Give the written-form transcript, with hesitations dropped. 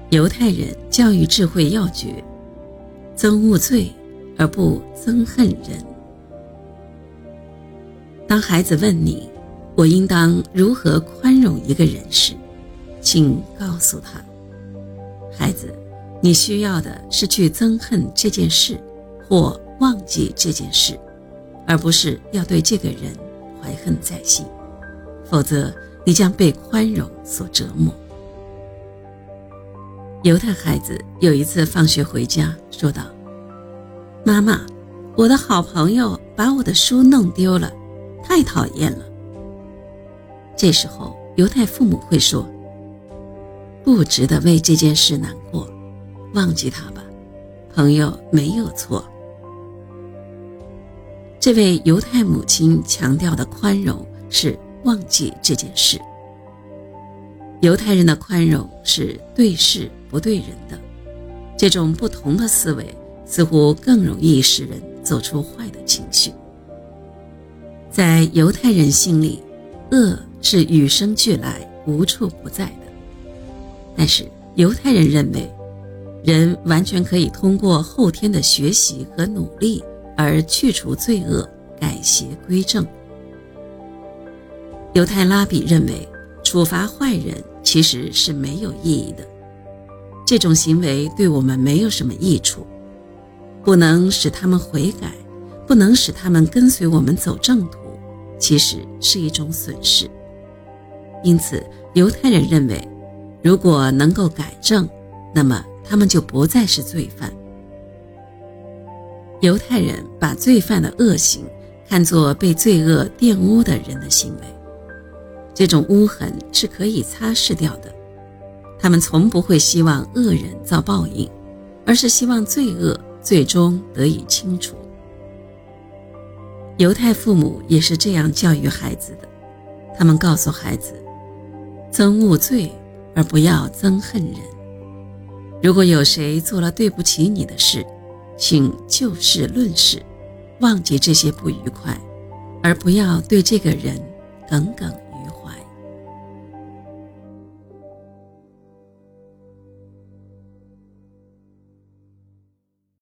犹太人教育智慧要诀：憎恶罪而不憎恨人。当孩子问你我应当如何宽容一个人时，请告诉他，孩子，你需要的是去憎恨这件事或忘记这件事，而不是要对这个人怀恨在心，否则你将被宽容所折磨。犹太孩子有一次放学回家说道：妈妈，我的好朋友把我的书弄丢了，太讨厌了。这时候犹太父母会说：不值得为这件事难过，忘记它吧，朋友没有错。这位犹太母亲强调的宽容是忘记这件事。犹太人的宽容是对事不对人的，这种不同的思维似乎更容易使人走出坏的情绪。在犹太人心里，恶是与生俱来无处不在的，但是犹太人认为人完全可以通过后天的学习和努力而去除罪恶，改邪归正。犹太拉比认为处罚坏人其实是没有意义的，这种行为对我们没有什么益处，不能使他们悔改，不能使他们跟随我们走正途，其实是一种损失。因此犹太人认为，如果能够改正，那么他们就不再是罪犯。犹太人把罪犯的恶行看作被罪恶玷污的人的行为，这种污痕是可以擦拭掉的。他们从不会希望恶人遭报应，而是希望罪恶最终得以清除。犹太父母也是这样教育孩子的，他们告诉孩子，憎恶罪而不要憎恨人。如果有谁做了对不起你的事，请就事论事，忘记这些不愉快，而不要对这个人耿耿